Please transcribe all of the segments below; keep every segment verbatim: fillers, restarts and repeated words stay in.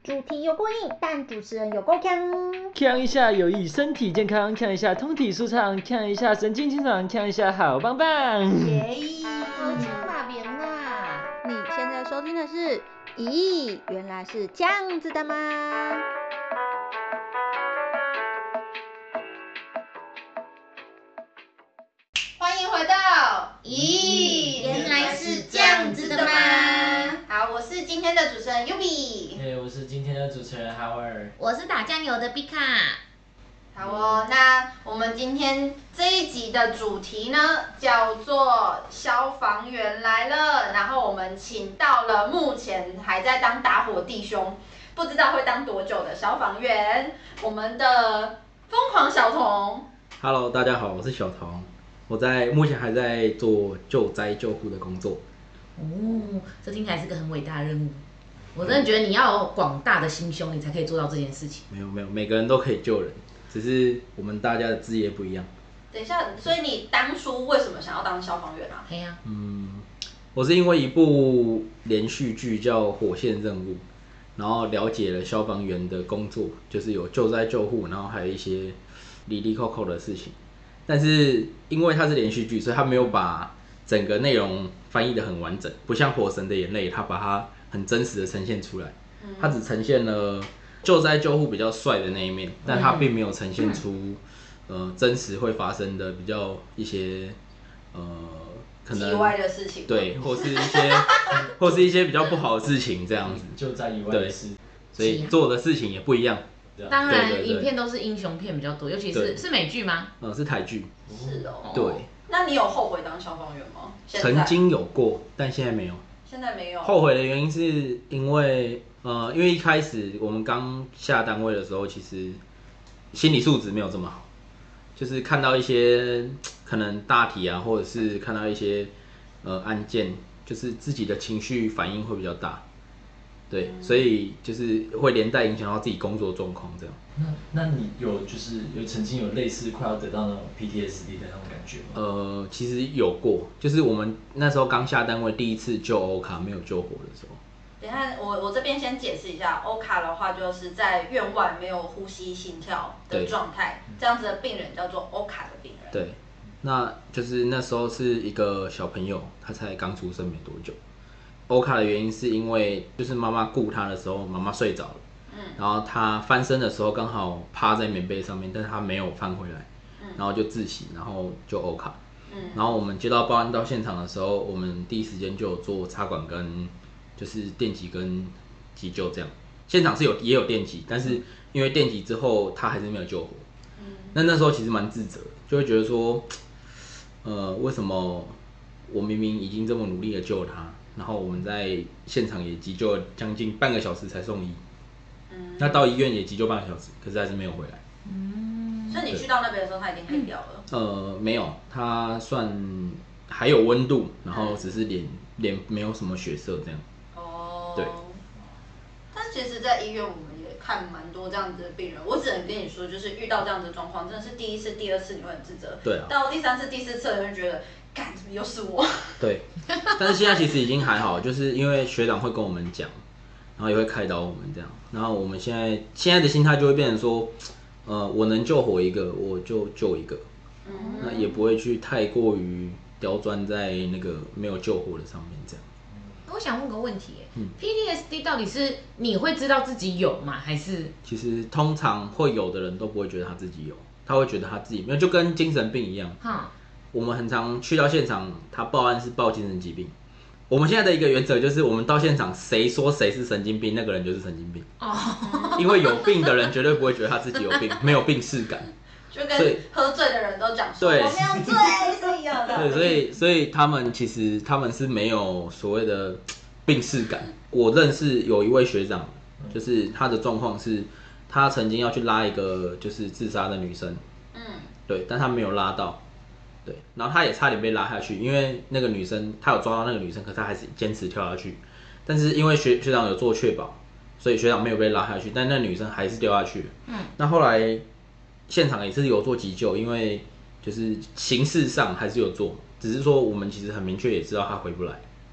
主题有过硬，但主持人有够强。 强一下有益身体健康，强一下通体舒畅，强一下神经清爽，强一下好棒棒。 耶！好强大别啦！ 你现在收听的是，咦，原来是这样子的吗？ 欢迎回到， 咦，原来是这样子的吗？ 好，我是今天的主持人 Yubi。 哎，我是今天的主持人 Howard。 我是打酱油的 Bika。 好哦，那我们今天这一集的主题呢，叫做消防员来了。然后我们请到了目前还在当打火弟兄，不知道会当多久的消防员，我们的疯狂小童。 Hello， 大家好，我是小童，我在目前还在做救灾救护的工作。 哦，这听起来是个很伟大的任务。我真的觉得你要有广大的心胸，你才可以做到这件事情。 没有没有，每个人都可以救人，只是我们大家的职业不一样。 等一下，所以你当初为什么想要当消防员啊？ 对呀、 嗯，我是因为一部连续剧叫《火线任务》，然后了解了消防员的工作，就是有救灾救护，然后还有一些里里扣扣的事情。但是因为它是连续剧，所以它没有把整个内容翻译的很完整，不像《火神的眼泪》，它把它很真实的呈现出来。它只呈现了救灾救护比较帅的那一面，但它并没有呈现出、呃真实会发生的比较一些呃可能意外的事情。 对，或是一些或是一些比较不好的事情这样子。 就在意外的事， 所以做的事情也不一样。 当然， 对对对影片都是英雄片比较多，尤其是对是美剧吗？ 呃，是台剧。 是哦。 对， 那你有后悔当消防员吗？现在曾经有过，但现在没有。 现在没有。 后悔的原因是因为呃，因为一开始我们刚下单位的时候，其实心理素质没有这么好，就是看到一些可能大体啊，或者是看到一些呃案件，就是自己的情绪反应会比较大，对，嗯、所以就是会连带影响到自己工作状况这样。 那那你有就是有曾经有类似快要得到那种 P T S D 的那种感觉吗？ 呃，其实有过，就是我们那时候刚下单位第一次救欧卡没有救活的时候。 等一下，我我这边先解释一下，欧卡的话就是在院外没有呼吸心跳的状态，这样子的病人叫做欧卡的病人。 对，那就是那时候是一个小朋友，他才刚出生没多久。欧卡的原因是因为就是妈妈顾他的时候，妈妈睡着了，嗯，然后他翻身的时候刚好趴在棉被上面，但是他没有翻回来，嗯，然后就窒息，然后就欧卡。嗯，然后我们接到报案到现场的时候，我们第一时间就有做插管跟就是电击跟急救这样。现场是有也有电击，但是因为电击之后他还是没有救活。嗯，那那时候其实蛮自责的，就会觉得说，呃，为什么我明明已经这么努力的救他，然后我们在现场也急救了将近半个小时才送医。嗯，那到医院也急救半个小时，可是还是没有回来。 嗯，所以你去到那边的时候，他已经黑掉了。 呃，没有，他算还有温度，然后只是脸脸没有什么血色这样。 哦， 对。 但是其实，在医院我们也看蛮多这样子的病人，我只能跟你说，就是遇到这样子的状况，真的是第一次、第二次你会很自责， 对啊， 到第三次、第四次你会觉得，干怎么又是我？ 对，但是现在其实已经还好，就是因为学长会跟我们讲，然后也会开导我们这样，然后我们现在现在的心态就会变成说，呃，我能救活一个我就救一个，嗯，那也不会去太过于刁钻在那个没有救活的上面这样。 我想问个问题、嗯、P T S D 到底是你会知道自己有吗？还是其实通常会有的人都不会觉得他自己有，他会觉得他自己没有，就跟精神病一样。我们很常去到现场，他报案是报精神疾病。我们现在的一个原则就是，我们到现场，谁说谁是神经病，那个人就是神经病。哦，因为有病的人绝对不会觉得他自己有病，没有病识感。 就跟喝醉的人都讲说，我没有醉是一样的。 对，所以所以他们其实他们是没有所谓的病识感。我认识有一位学长，就是他的状况是，他曾经要去拉一个就是自杀的女生，嗯，对，但他没有拉到，对，然后他也差点被拉下去，因为那个女生他有抓到那个女生，可是他还是坚持跳下去，但是因为学学长有做确保，所以学长没有被拉下去，但那女生还是掉下去了。嗯，那后来现场也是有做急救，因为就是形式上还是有做，只是说我们其实很明确也知道他回不来。嗯，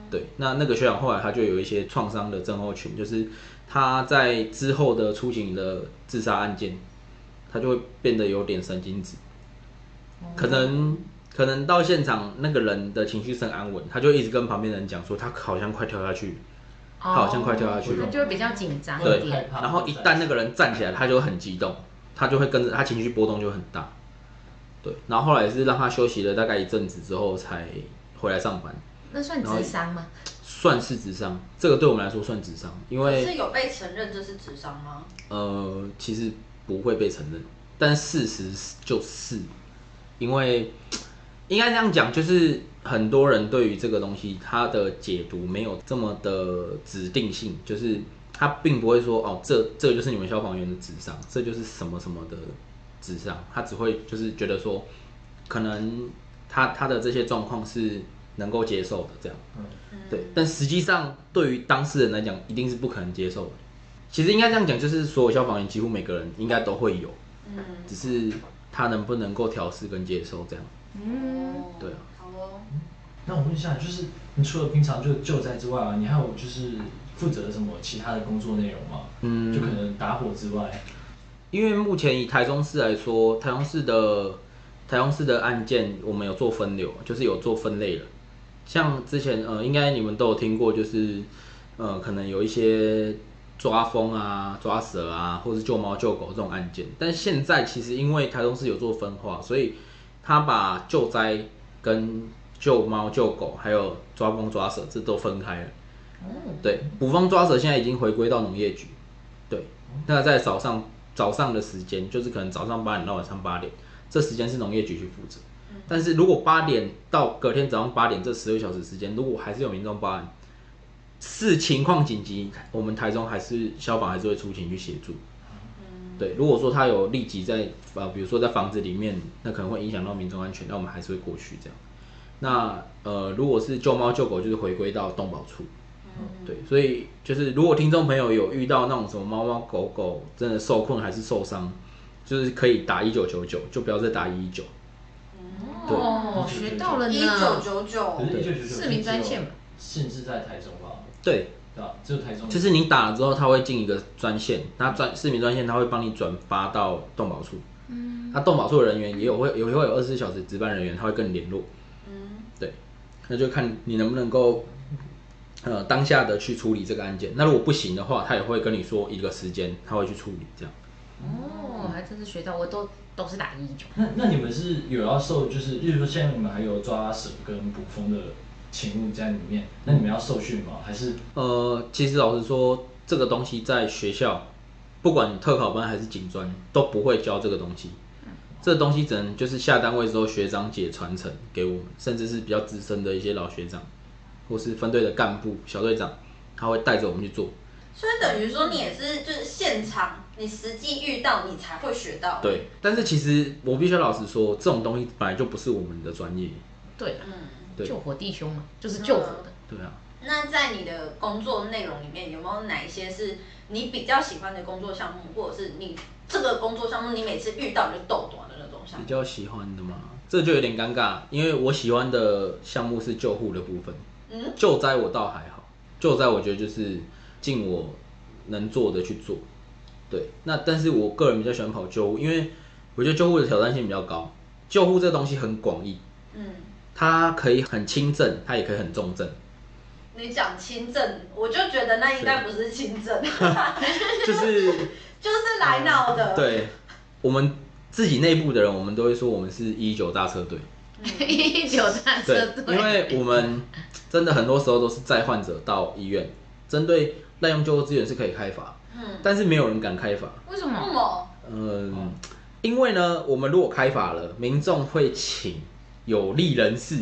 对，那那个学长后来他就有一些创伤的症候群，就是他在之后的出警的自杀案件，他就会变得有点神经质，可能可能到现场那个人的情绪是很安稳，他就一直跟旁边人讲说他好像快跳下去，他好像快跳下去了， 他就会比较紧张对一点。 然后一旦那个人站起来，他就很激动，他就会跟着他情绪波动就很大。对，然后后来也是让他休息了大概一阵子之后才回来上班。 那算智商吗？ 算是智商，这个对我们来说算智商，因为可是有被承认这是智商吗？ 呃，其实不会被承认，但事实就是因为应该这样讲，就是很多人对于这个东西他的解读没有这么的指定性，就是他并不会说哦，这这就是你们消防员的智商，这就是什么什么的智商，他只会就是觉得说，可能他他的这些状况是能够接受的这样， 嗯， 对，但实际上对于当事人来讲，一定是不可能接受的。其实应该这样讲，就是所有消防员几乎每个人应该都会有， 嗯， 只是他能不能够调试跟接受这样。 嗯， 对啊。 好哦。 那我问一下，就是你除了平常就救灾之外啊，你还有就是负责什么其他的工作内容吗？ 嗯， 就可能打火之外。 因为目前以台中市来说，台中市的台中市的案件，我们有做分流，就是有做分类了。像之前呃，应该你们都有听过，就是呃，可能有一些抓疯啊、抓蛇啊，或是救猫救狗这种案件。但现在其实因为台中市有做分化，所以他把救灾跟救猫救狗，还有抓疯抓蛇这都分开了。对，捕风抓蛇现在已经回归到农业局。对，那在早上早上的时间，就是可能早上八点到晚上八点，这时间是农业局去负责。但是如果八点到隔天早上八点这十二小时时间，如果还是有民众报案，是情况紧急，我们台中还是消防还是会出勤去协助。对，如果说他有立即在呃，比如说在房子里面，那可能会影响到民众安全，那我们还是会过去这样。那呃，如果是救猫救狗，就是回归到动保处。对，所以就是如果听众朋友有遇到那种什么猫猫狗狗真的受困还是受伤，就是可以打一九九九，就不要再打一一九。 哦，学到了呢。 一九九九， 可是一九九九市民专线嘛， 限制在台中吧？ 对， 对吧？只有台中。 就是你打了之后，他会进一个专线，那专市民专线他会帮你转发到动保处。嗯，那动保处的人员也有会也会有二十四小时值班人员，他会跟你联络。嗯，对，那就看你能不能够呃当下的去处理这个案件。那如果不行的话，他也会跟你说一个时间，他会去处理这样。 哦，还真是学到，我都都是打一一九。 那那你们是有要受，就是例如说现在你们还有抓蛇跟捕风的勤务在里面，那你们要受训吗？还是？ 呃，其实老实说，这个东西在学校，不管特考班还是警专，都不会教这个东西。这个东西只能就是下单位之后学长姐传承给我们，甚至是比较资深的一些老学长，或是分队的干部、小队长，他会带着我们去做。 所以等于说你也是就是现场你实际遇到你才会学到。 对，但是其实我必须老实说，这种东西本来就不是我们的专业。 对， 嗯， 对救火弟兄嘛，就是救火的。 对啊。 那在你的工作内容里面，有没有哪一些是你比较喜欢的工作项目，或者是你这个工作项目你每次遇到你就斗短的那种项目？ 比较喜欢的嘛，这就有点尴尬，因为我喜欢的项目是救护的部分。嗯，救灾我倒还好，救灾我觉得就是尽我能做的去做。对，那但是我个人比较喜欢跑救护，因为我觉得救护的挑战性比较高。救护这个东西很广义，嗯，它可以很轻症，它也可以很重症。 你讲轻症，我就觉得那应该不是轻症， 就是就是来闹的。 对，我们自己内部的人，我们都会说我们是一一九大车队。 一一九大车队， 因为我们真的很多时候都是载患者到医院，针对滥用救护资源是可以开罚，嗯，但是没有人敢开罚。 为什么？ 为什么？ 嗯，因为呢，我们如果开罚了，民众会请有利人士。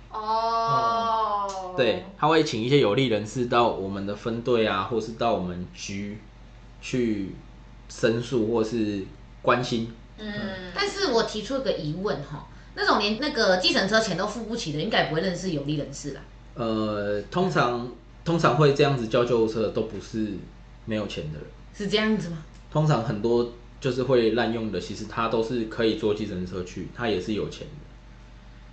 哦， 对，他会请一些有利人士到我们的分队啊，或是到我们局去申诉或是关心。 嗯，但是我提出一个疑问哈，那种连那个计程车钱都付不起的，应该不会认识有利人士啦。 呃，通常通常会这样子叫救护车的都不是没有钱的人， 是这样子吗？ 通常很多就是会滥用的，其实他都是可以坐计程车去，他也是有钱的。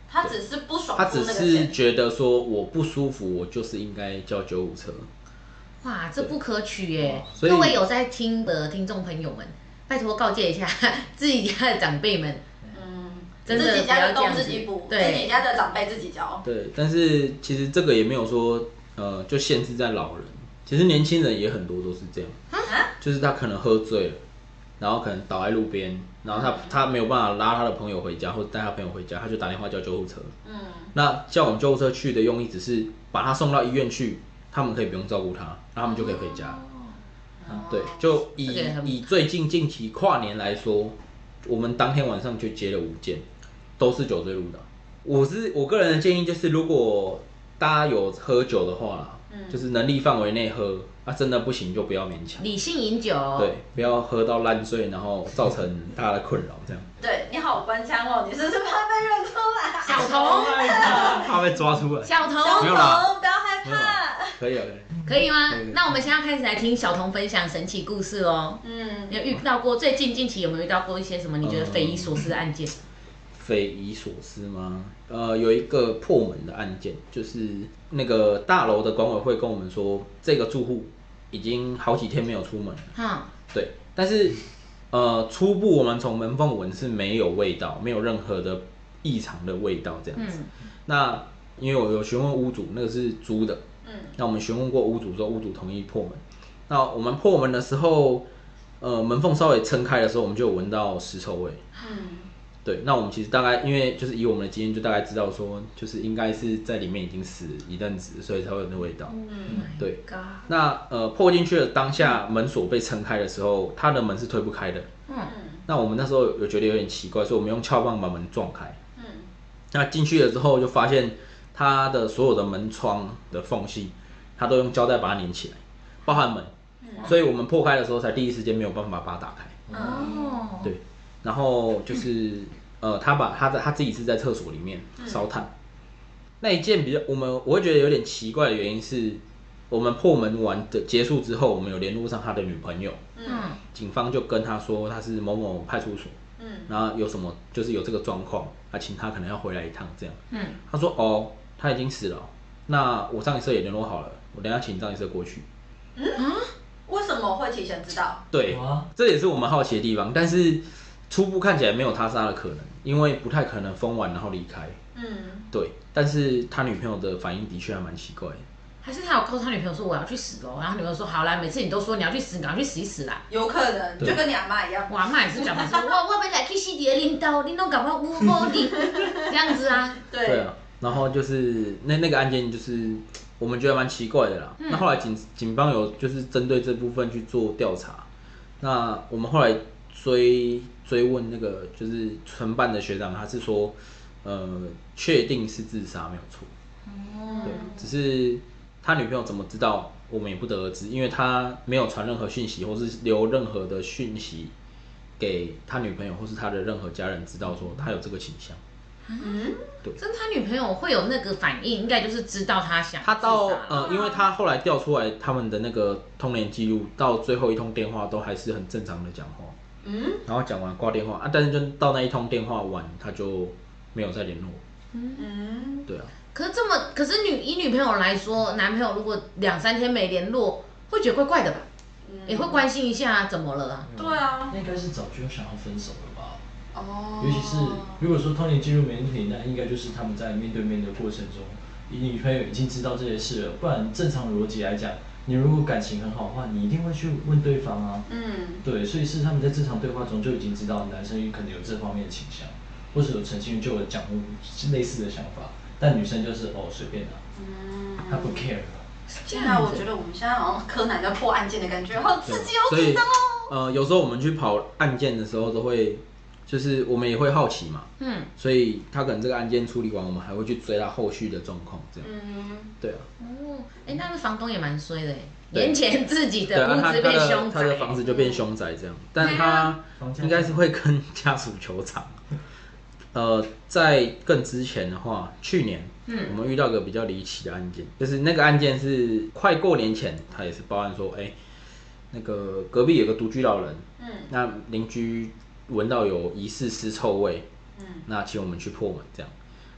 他只是不爽他只付那个是钱。 觉得说我不舒服，我就是应该叫救护车。 哇，这不可取耶！ 所以各位有在听的听众朋友们，拜托告诫一下自己家的长辈们， 嗯， 真的自己家的洞不要这样子自己补， 对自己家的长辈自己教。 对，但是其实这个也没有说呃就限制在老人，其实年轻人也很多都是这样， 啊？ 就是他可能喝醉了，然后可能倒在路边，然后他他没有办法拉他的朋友回家，或者带他朋友回家，他就打电话叫救护车。 嗯， 那叫我们救护车去的用意只是把他送到医院去，他们可以不用照顾他，那他们就可以回家。对，就以这个也很以最近近期跨年来说，我们当天晚上就接了五件，都是酒醉入岛。我是我个人的建议就是，如果大家有喝酒的话啦， 嗯就是能力范围内喝，啊真的不行就不要勉强。 理性饮酒。 对，不要喝到烂醉，然后造成大家的困扰，这样。 对，你好官腔哦，你是不是怕被认出来？ 小童， 怕被抓出来。 小童， 小没有啦童，不要害怕。 可以啊，可以。 可以吗可以？ 那我们现在开始来听小童分享神奇故事喽。 嗯你有遇到过最近近期有没有遇到过一些什么你觉得匪夷所思的案件？ 匪夷所思吗？呃，有一个破门的案件，就是那个大楼的管委会跟我们说，这个住户已经好几天没有出门了。 哈， 对，但是呃，初步我们从门缝闻是没有味道，没有任何的异常的味道这样子。 嗯那因为我有询问屋主，那个是租的， 嗯那我们询问过屋主之后，屋主同意破门。那我们破门的时候，呃，门缝稍微撑开的时候，我们就有闻到尸臭味。 嗯对，那我们其实大概因为就是以我们的经验，就大概知道说，就是应该是在里面已经死一阵子，所以才会有那味道。 嗯对， God， 那呃破进去的当下，门锁被撑开的时候，它的门是推不开的。 嗯， 嗯那我们那时候有觉得有点奇怪，所以我们用撬棒把门撞开。 嗯那进去了之后，就发现它的所有的门窗的缝隙，它都用胶带把它粘起来，包含门。所以我们破开的时候，才第一时间没有办法把它打开。 哦， 对，然后就是呃，他把他的他自己是在厕所里面烧炭。那一件比较我们我会觉得有点奇怪的原因是，我们破门完的结束之后，我们有联络上他的女朋友， 嗯警方就跟他说他是某某派出所， 嗯然后有什么就是有这个状况，啊，请他可能要回来一趟这样。 嗯， 他说哦，他已经死了哦，那我葬仪社也联络好了，我等一下请葬仪社过去。 为什么会提前知道？ 对， 哇， 这也是我们好奇的地方，但是初步看起来没有他杀的可能，因为不太可能封完然后离开。 嗯对，但是他女朋友的反应的确还蛮奇怪的。 还是他有告诉他女朋友说我要去死哦，然后女朋友说好啦，每次你都说你要去死，赶快去死一死啦。 有可能， 对就跟你阿妈一样。 我阿妈也是讲的说，我我要来去死你的领导，你都赶快无无你这样子啊。 对对啊，然后就是那那个案件就是我们觉得蛮奇怪的啦。 嗯那后来警警方有就是针对这部分去做调查，那我们后来追追问那个就是承办的学长，他是说，呃，确定是自杀没有错。 嗯对，只是他女朋友怎么知道，我们也不得而知，因为他没有传任何讯息，或是留任何的讯息给他女朋友或是他的任何家人知道说他有这个倾向。 嗯真他女朋友会有那个反应，应该就是知道他想他到自杀了呃，因为他后来调出来他们的那个通联记录，到最后一通电话都还是很正常的讲话， 嗯然后讲完挂电话啊，但是就到那一通电话完，他就没有再联络。 嗯， 对啊， 可是这么，可是女以女朋友来说，男朋友如果两三天没联络，会觉得怪怪的吧？也会关心一下怎么了啊？ 对啊。 那应该是早就想要分手了吧？ 哦。 尤其是如果说通联记录没问题，那应该就是他们在面对面的过程中，你女朋友已经知道这些事了。不然正常逻辑来讲，你如果感情很好的话，你一定会去问对方啊。 嗯对，所以是他们在这场对话中就已经知道男生可能有这方面的倾向，或者有曾经就有讲过类似的想法，但女生就是哦随便啊， 嗯。 她不 care。 天啊，我觉得我们现在好像柯南在破案件的感觉，好刺激，好所以紧张哦。 呃，有时候我们去跑案件的时候，都会就是我们也会好奇嘛， 嗯， 所以他可能这个案件处理完，我们还会去追他后续的状况，这样。 嗯。 对啊， 哦，哎，那个房东也蛮衰的哎， 对年前自己对啊， 的屋子他他的变凶他的房宅， 子就变凶宅这样，但是他应该是会跟家属求偿。呃，在更之前的话，去年， 嗯我们遇到个比较离奇的案件，就是那个案件是快过年前，他也是报案说，哎、那个隔壁有个独居老人， 嗯那邻居闻到有疑似尸臭味， 嗯那请我们去破门这样。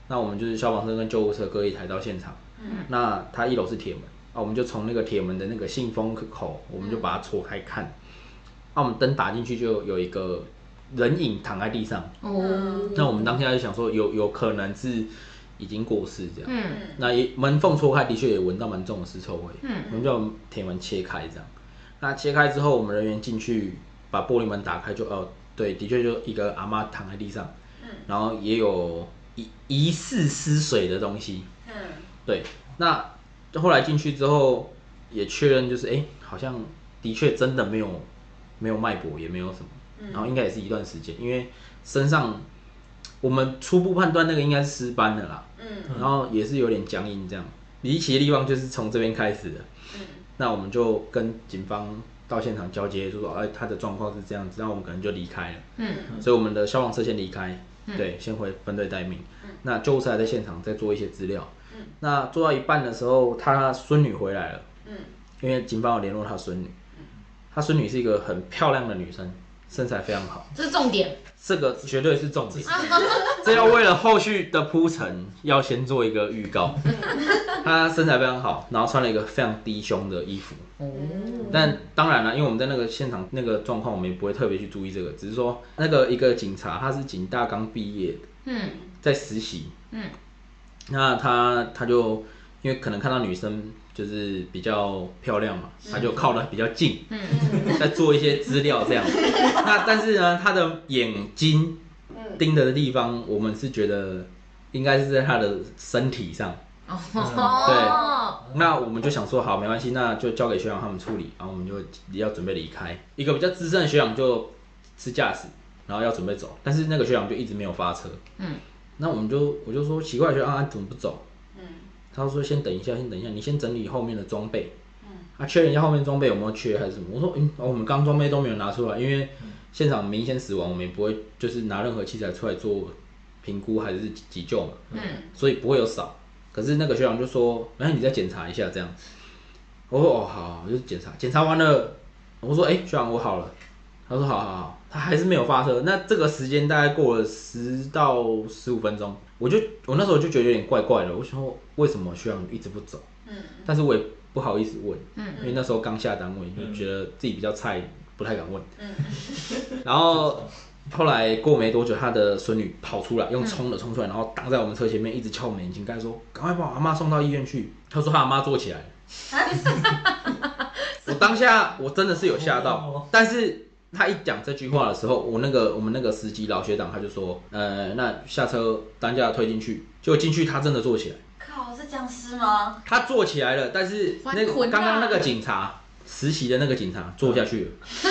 那我们就是消防车跟救护车各一台到现场。嗯，那它一楼是铁门，啊，我们就从那个铁门的那个信封口，我们就把它戳开看。那、啊、我们灯打进去就有一个人影躺在地上。哦，那我们当下就想说有有可能是已经过世这样。嗯，那也门缝戳开，的确也闻到蛮重的尸臭味。嗯，我们就把铁门切开这样。那切开之后，我们人员进去把玻璃门打开就，就哦，对，的确就一个阿嬷躺在地上。嗯，然后也有疑疑似失水的东西。嗯，对。那后来进去之后也确认，就是哎、欸，好像的确真的没有没有脉搏，也没有什么。然后应该也是一段时间，因为身上我们初步判断那个应该是尸斑的啦。嗯，然后也是有点僵硬这样。离奇的地方就是从这边开始的。嗯，那我们就跟警方到现场交接，就说哎，他的状况是这样子，那我们可能就离开了。嗯，所以我们的消防车先离开，嗯、对，先回分队待命。嗯，那救护车还在现场再做一些资料。嗯，那做到一半的时候，他孙女回来了。嗯，因为警方有联络他孙女。嗯，他孙女是一个很漂亮的女生，身材非常好。 这是重点。 这个绝对是重点。这要为了后续的铺陈，要先做一个预告。她身材非常好，然后穿了一个非常低胸的衣服。哦。但当然了，因为我们在那个现场那个状况，我们也不会特别去注意这个，只是说那个一个警察，他是警大刚毕业的，嗯，在实习，嗯，那他他就因为可能看到女生就是比较漂亮嘛，他就靠得比较近，嗯，在做一些资料这样。那但是呢，他的眼睛盯的地方，我们是觉得应该是在他的身体上。哦、嗯，对，那我们就想说好，没关系，那就交给学长他们处理，然后我们就要准备离开。一个比较资深的学长就是驾驶，然后要准备走，但是那个学长就一直没有发车。嗯，那我们就我就说奇怪，学长啊怎么不走？嗯，他说先等一下，先等一下，你先整理后面的装备。嗯，啊确认一下后面装备有没有缺还是什么？我说嗯，哦、我们刚装备都没有拿出来，因为现场明显死亡，我们也不会就是拿任何器材出来做评估还是急救嘛。嗯，所以不会有少。可是那个学长就说，哎，你再检查一下这样。我说哦好，我就检查，检查完了，我说哎学长我好了，他说好好好，他还是没有发车。那这个时间大概过了十到十五分钟，我就我那时候就觉得有点怪怪的，我想说为什么学长一直不走？嗯，但是我也不好意思问，嗯，因为那时候刚下单位，就觉得自己比较菜，不太敢问。嗯，然后。后来过没多久，他的孙女跑出来，用冲的冲出来，然后挡在我们车前面，一直敲我们眼睛盖，说：“赶快把我阿妈送到医院去。”他说他阿妈坐起来了。我当下我真的是有吓到，但是他一讲这句话的时候，我那个我们那个司机老学长他就说：“呃，那下车担架推进去。”结果进去他真的坐起来。 靠，是僵尸吗？ 他坐起来了，但是那个刚刚那个警察实习的那个警察坐下去了。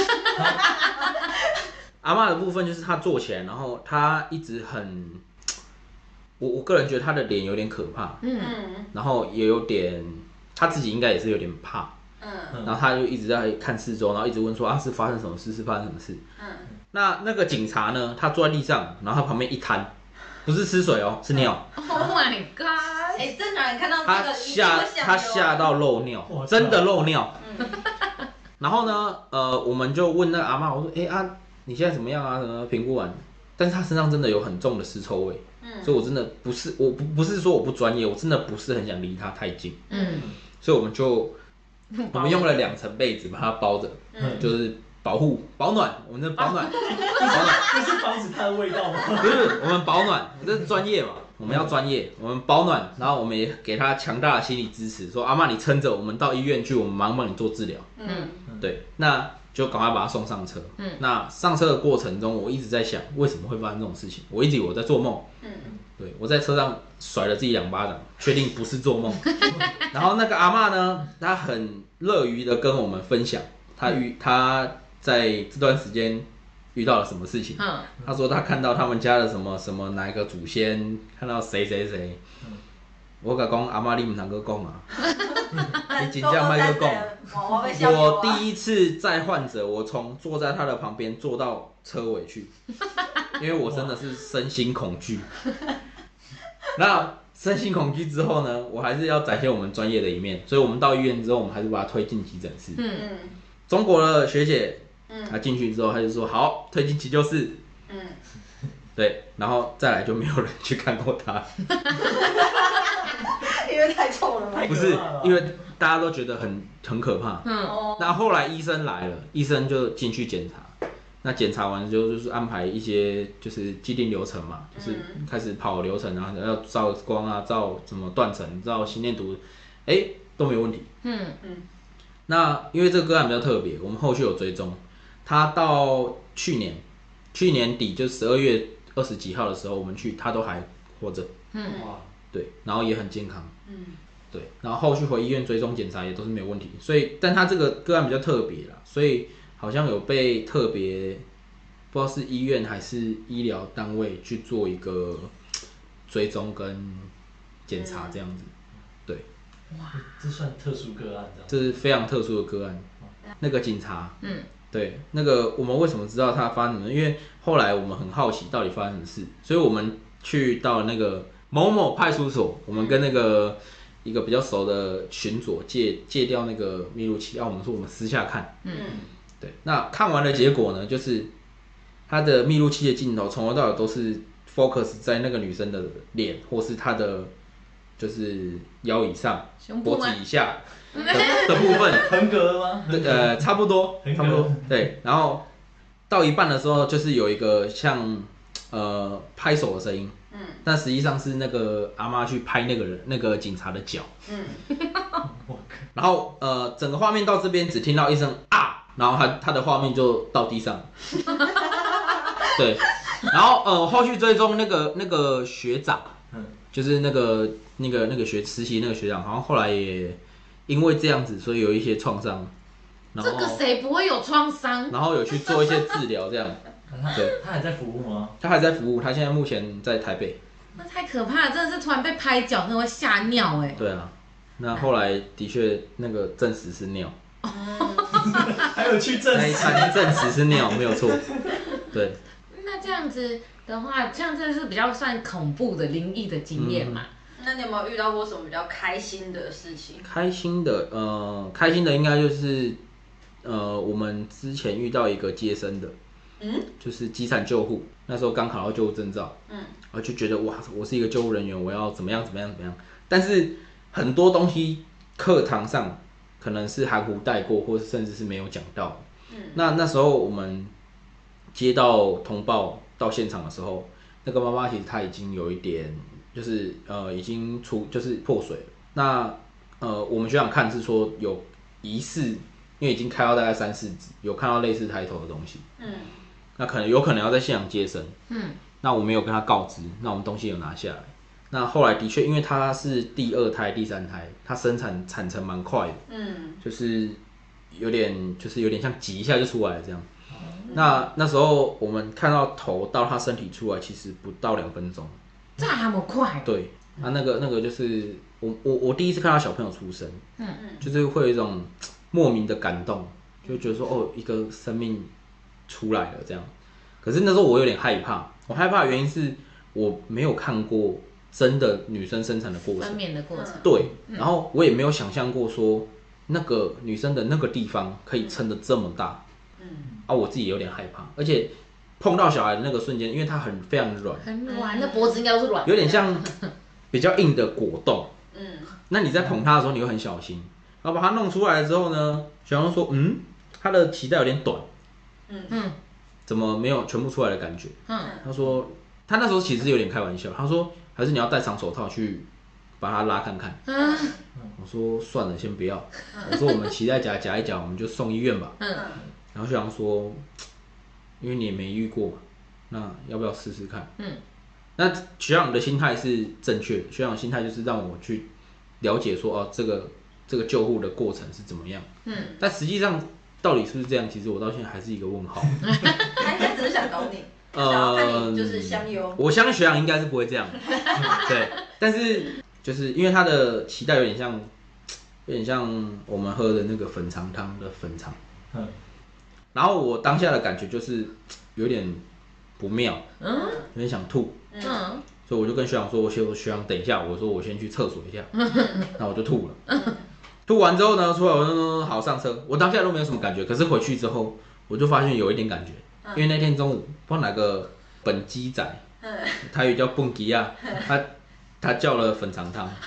阿嬷的部分就是她坐起来，然后她一直很，我我个人觉得她的脸有点可怕，嗯，然后也有点，她自己应该也是有点怕，嗯，然后她就一直在看四周，然后一直问说啊是发生什么事，是发生什么事，嗯，那那个警察呢，他坐在地上，然后他旁边一摊，不是吃水哦，是尿。 Oh my god！ 哎、欸，正常人看到这个，他吓他吓到漏尿，真的漏尿。嗯，然后呢，呃，我们就问那个阿嬷，我说，哎、欸、啊。你现在怎么样啊？什么评估完？但是他身上真的有很重的尸臭味，嗯，所以我真的不是我不不是说我不专业，我真的不是很想离他太近，嗯，所以我们就我们用了两层被子把它包着，嗯，就是保护保暖，我们的保暖，保暖，这是防止它的味道吗？ 不是，我们保暖，这是专业嘛，我们要专业，我们保暖，然后我们也给他强大的心理支持，说阿嬷你撑着，我们到医院去，我们马上帮你做治疗，嗯，对，那。就赶快把他送上车。嗯，那上车的过程中，我一直在想，为什么会发生这种事情？我一直以为我在做梦。嗯，对，我在车上甩了自己两巴掌，确定不是做梦。然后那个阿嬷呢，她很乐于的跟我们分享，她遇她在这段时间遇到了什么事情。嗯，她说她看到他们家的什么什么哪一个祖先，看到谁谁谁。嗯，我甲讲阿嬷，你唔通搁讲啊！你真正莫搁讲。我第一次载患者，我从坐在他的旁边坐到车尾去，因为我真的是身心恐惧。那身心恐惧之后呢，我还是要展现我们专业的一面，所以我们到医院之后，我们还是把他推进急诊室。嗯嗯。中国的学姐，她进去之后，她就说好，推进急救室。嗯。 对，然后再来就没有人去看过他， 因为太臭了吗？ 不是因为大家都觉得很很可怕。 嗯， 哦， 那后来医生来了，医生就进去检查，那检查完之后就是安排一些就是既定流程嘛，就是开始跑流程啊，要照光啊，照什么断层，照心电图，哎都没有问题。 嗯嗯， 那因为这个个案比较特别，我们后续有追踪，他到去年去年底就十二月二十几号的时候，我们去他都还活着， 嗯， 哇， 对，然后也很健康。 嗯， 对，然后后续回医院追踪检查也都是没有问题，所以但他这个个案比较特别啦，所以好像有被特别不知道是医院还是医疗单位去做一个追踪跟检查这样子，对， 这算特殊个案这样。 这是非常特殊的个案。那个警察， 嗯， 对，那个我们为什么知道他发生什么？因为后来我们很好奇到底发生什么事，所以我们去到那个某某派出所，我们跟那个一个比较熟的巡佐借借调那个密录器，要、啊、我们说我们私下看， 嗯， 对，那看完的结果呢，就是他的密录器的镜头从头到尾都是 focus 在那个女生的脸，或是她的就是腰以上、脖胸部吗子以下的的部分， 横格了吗？ 对呃，差不多， 很可差不多，对。然后到一半的时候，就是有一个像呃拍手的声音， 嗯， 但实际上是那个阿妈去拍那个人那个警察的脚， 嗯， 然后呃整个画面到这边只听到一声啊，然后他他的画面就到地上，对。然后呃后续追踪那个那个学长， 嗯， 就是那个那个那个学实习那个学长，好像后来也因为这样子，所以有一些创伤，然后这个谁不会有创伤？ 然后有去做一些治疗，这样。 他对， 他还在服务吗？ 他还在服务，他现在目前在台北。 那太可怕了，真的是突然被拍脚，真的会吓尿哎。 对啊，那后来的确那个证实是尿， 还有去证那一实。 餐证实是尿，没有错。对， 那这样子的话，这样真的是比较算恐怖的灵异的经验嘛？ 那你有没有遇到过什么比较开心的事情？ 开心的，呃，开心的应该就是，呃，我们之前遇到一个接生的， 嗯， 就是急产救护，那时候刚考到救护证照， 嗯， 然后就觉得哇，我是一个救护人员，我要怎么样怎么样怎么样。但是很多东西课堂上可能是含糊带过，或是甚至是没有讲到。 嗯， 那那时候我们接到通报到现场的时候，那个妈妈其实她已经有一点，就是呃已经出就是破水了。那呃我们学长看是说有疑似，因为已经开到大概三四指，有看到类似抬头的东西。 嗯， 那可能有可能要在现场接生。 嗯， 那我没有跟他告知，那我们东西有拿下来。那后来的确，因为他是第二胎、第三胎，他生产产程蛮快的， 嗯， 就是有点就是有点像挤一下就出来了这样。那那时候我们看到头到他身体出来，其实不到两分钟。 这还么快？ 对，啊那个那个就是我我我第一次看到小朋友出生， 嗯就是会有一种莫名的感动，就觉得说哦一个生命出来了这样。可是那时候我有点害怕，我害怕的原因是我没有看过真的女生生产的过分程， 娩的过程。 对，然后我也没有想象过说那个女生的那个地方可以撑得这么大， 嗯， 啊我自己也有点害怕，而且碰到小孩的那个瞬间，因为它很非常软， 很软，那脖子应该都是软的。 有点像比较硬的果冻， 嗯， 那你在捧它的时候，你会很小心。然后把它弄出来了之后呢，小杨说：“嗯，它的脐带有点短， 嗯， 嗯怎么没有全部出来的感觉？” 嗯， 他说：“他那时候其实有点开玩笑，他说还是你要戴长手套去把它拉看看。 嗯我说：“算了，先不要。”我说：“我们脐带夹夹一夹，我们就送医院吧。” 嗯， 然后小杨说：“因为你也没遇过，那要不要试试看？” 嗯， 那学长的心态是正确的，学长的心态就是让我去了解说哦，这个这个救护的过程是怎么样。 嗯， 但实际上到底是不是这样，其实我到现在还是一个问号。 他应该只是想搞你，想要看你就是香油。 我相信学长应该是不会这样，对。但是就是因为他的脐带有点像，有点像我们喝的那个粉肠汤的粉肠。 嗯， 然后我当下的感觉就是有点不妙， 嗯有点想吐。 嗯， 嗯所以我就跟学长说，我学学长等一下，我说我先去厕所一下，那我就吐了。吐完之后呢，出来我就说好上车，我当下都没有什么感觉，可是回去之后我就发现有一点感觉，因为那天中午不知道哪个本机仔台语叫蹦吉啊，他他叫了粉肠汤。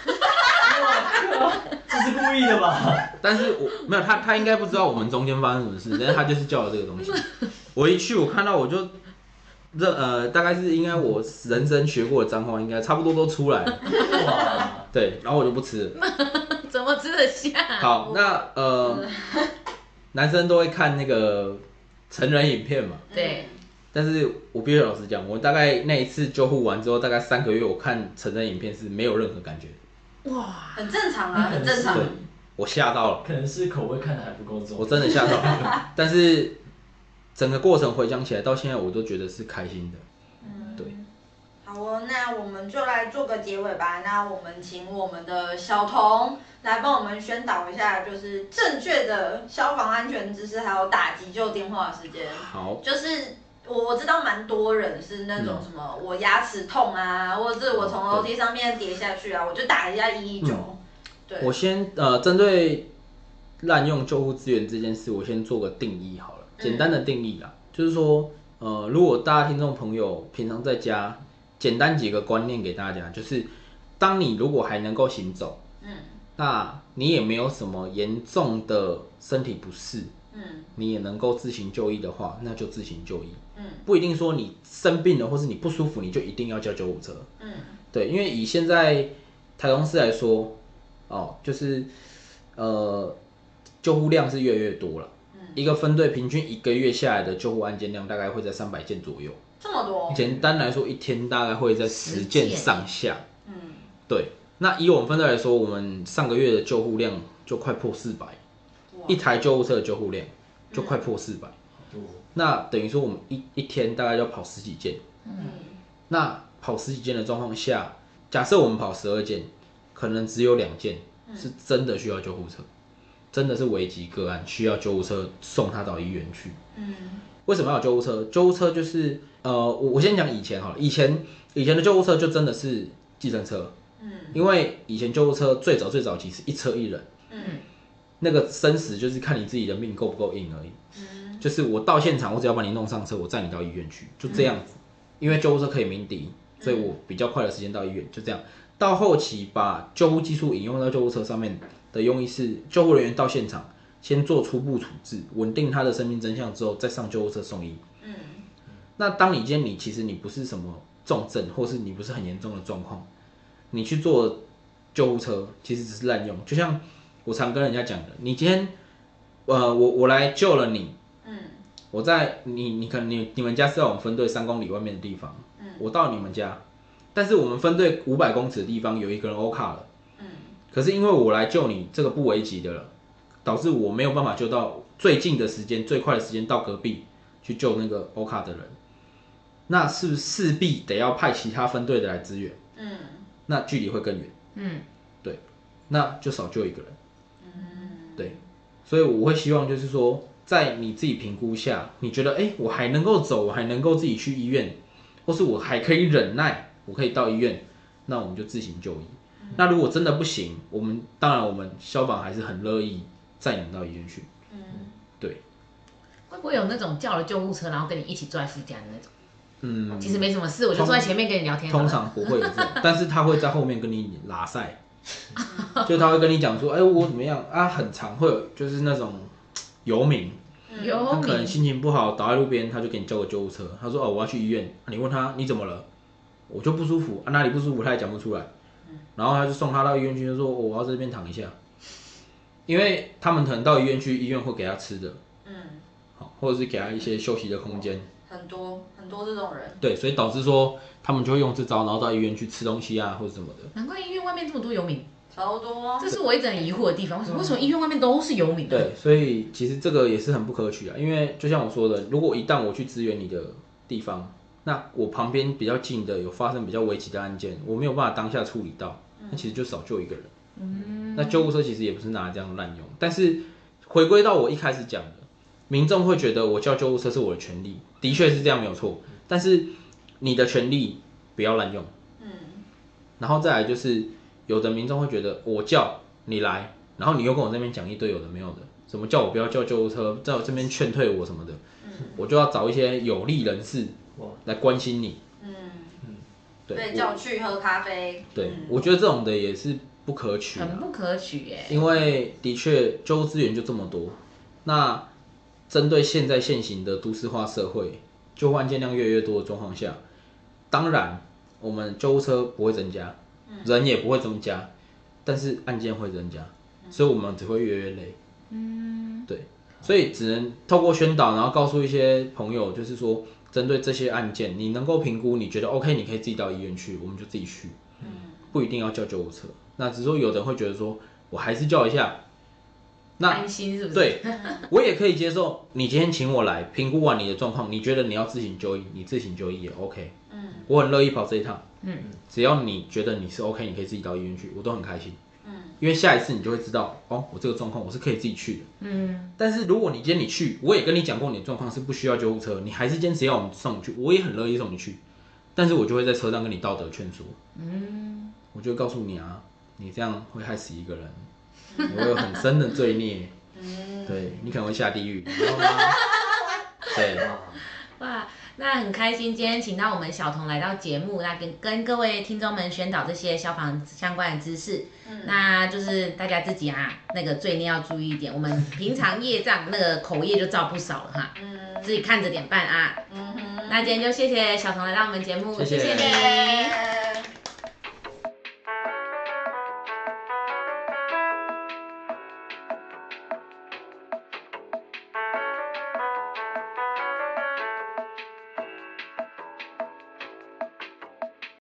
这是故意的吧？ 但是我没有他，他应该不知道我们中间发生什么事，但是他就是叫了这个东西。我一去，我看到我就，这呃，大概是应该我人生学过的脏话，应该差不多都出来了。 哇！ 对，然后我就不吃了。 怎么吃得下？ 好，那呃，男生都会看那个成人影片嘛。 对。 但是我必须老实讲，我大概那一次救护完之后，大概三个月，我看成人影片是没有任何感觉。 哇， 很正常啊，很正常。 对，我吓到了， 可能是口味看的还不够重。 我真的吓到了。但是整个过程回想起来，到现在我都觉得是开心的。嗯，对。 好哦，那我们就来做个结尾吧。那我们请我们的小童来帮我们宣导一下，就是正确的消防安全知识，还有打急救电话时间。 好。 就是。我我知道蛮多人是那种什么，我牙齿痛啊，或者是我从楼梯上面跌下去啊，我就打一下一一九。对， 我先呃针对滥用救护资源这件事，我先做个定义好了，简单的定义啦，嗯、就是说呃，如果大家听众朋友平常在家，简单几个观念给大家，就是当你如果还能够行走，嗯，那你也没有什么严重的身体不适。嗯，你也能够自行就医的话，那就自行就医。嗯，不一定说你生病了或是你不舒服，你就一定要叫救护车。嗯，对，因为以现在台中市来说，哦，就是呃救护量是越来越多了。嗯，一个分队平均一个月下来的救护案件量大概会在三百件左右。 这么多？ 简单来说，一天大概会在十件上下。嗯，对。那以我们分队来说，我们上个月的救护量就快破四百。一台救护车的救护量就快破四百、嗯，那等于说我们一一天大概要跑十几件。嗯，那跑十几件的状况下，假设我们跑十二件，可能只有两件是真的需要救护车，真的是危急个案，需要救护车送他到医院去。嗯，为什么要有救护车？救护车就是呃，我我先讲以前好了，以前以前的救护车就真的是计程车。嗯，因为以前救护车最早最早期是一车一人。嗯。那个生死就是看你自己的命够不够硬而已。嗯，就是我到现场，我只要把你弄上车，我载你到医院去，就这样子。嗯、因为救护车可以鸣笛，所以我比较快的时间到医院，就这样。到后期把救护技术引用到救护车上面的用意是，救护人员到现场先做初步处置，稳定他的生命真相之后，再上救护车送医。嗯，那当你今天你其实你不是什么重症，或是你不是很严重的状况，你去做救护车，其实只是滥用，就像。我常跟人家讲的，你今天，呃，我我来救了你，嗯，我在你你可能你你们家是在我们分队三公里外面的地方，嗯，我到你们家，但是我们分队五百公尺的地方有一个人欧卡了，嗯，可是因为我来救你这个不危急的了，导致我没有办法救到最近的时间最快的时间到隔壁去救那个欧卡的人，那是不是势必得要派其他分队的来支援？嗯，那距离会更远，嗯，对，那就少救一个人。对，所以我会希望就是说，在你自己评估下，你觉得哎，我还能够走，我还能够自己去医院，或是我还可以忍耐，我可以到医院，那我们就自行就医。嗯、那如果真的不行，我们当然我们消防还是很乐意载你们到医院去。嗯，对。 会不会有那种叫了救护车，然后跟你一起坐在副驾的那种？嗯，其实没什么事，我就坐在前面跟你聊天。 通常不会有这种，但是他会在后面跟你拉赛。就他会跟你讲说，哎、欸，我怎么样啊？很常会有，就是那种游民， 游民， 他可能心情不好，倒在路边，他就给你叫个救护车。他说，哦，我要去医院。啊、你问他你怎么了？我就不舒服啊，哪里不舒服他也讲不出来。然后他就送他到医院去，就说、哦、我要在这边躺一下，因为他们可能到医院去，医院会给他吃的，嗯，好，或者是给他一些休息的空间。 很多很多这种人。 对，所以导致说他们就会用这招，然后到医院去吃东西啊，或者什么的。 难怪医院外面这么多游民， 超多。 这是我一直很疑惑的地方，为什么为什么医院外面都是游民？ 对，所以其实这个也是很不可取啊，因为就像我说的，如果一旦我去支援你的地方，那我旁边比较近的有发生比较危急的案件，我没有办法当下处理到，那其实就少救一个人。嗯，那救护车其实也不是拿来这样滥用，但是回归到我一开始讲的。民众会觉得我叫救护车是我的权利，的确是这样没有错。但是你的权利不要滥用。嗯。然后再来就是，有的民众会觉得我叫你来，然后你又跟我这边讲一堆有的没有的，什么叫我不要叫救护车，在我这边劝退我什么的，嗯、我就要找一些有利人士来关心你。嗯。 对，叫我去喝咖啡。 对， 嗯、 我觉得这种的也是不可取、啊， 很不可取耶。 因为的确救护资源就这么多，那针对现在现行的都市化社会，救护案件量越来越多的状况下，当然我们救护车不会增加，嗯、人也不会增加，但是案件会增加，嗯、所以我们只会越来越累。嗯，对，所以只能透过宣导，然后告诉一些朋友，就是说针对这些案件，你能够评估，你觉得 OK， 你可以自己到医院去，我们就自己去，嗯、不一定要叫救护车。那只是说有人会觉得说，我还是叫一下。那安心是不是？ 对，我也可以接受。你今天请我来评估完你的状况，你觉得你要自行就医，你自行就医也 OK。嗯，我很乐意跑这一趟。嗯，只要你觉得你是 OK， 你可以自己到医院去，我都很开心。嗯，因为下一次你就会知道，哦，我这个状况我是可以自己去的。嗯，但是如果你今天你去，我也跟你讲过你的状况是不需要救护车，你还是坚持要我们送你去，我也很乐意送你去，但是我就会在车上跟你道德劝说。嗯，我就会告诉你啊，你这样会害死一个人。你会有很深的罪孽，嗯、对你可能会下地狱，你知道吗？对， 哇，那很开心今天请到我们小童来到节目，那跟跟各位听众们宣导这些消防相关的知识。嗯、那就是大家自己啊，那个罪孽要注意一点，我们平常业障那个口业就造不少了哈，嗯、自己看着点办啊。嗯、那今天就谢谢小童来到我们节目， 谢谢谢谢你。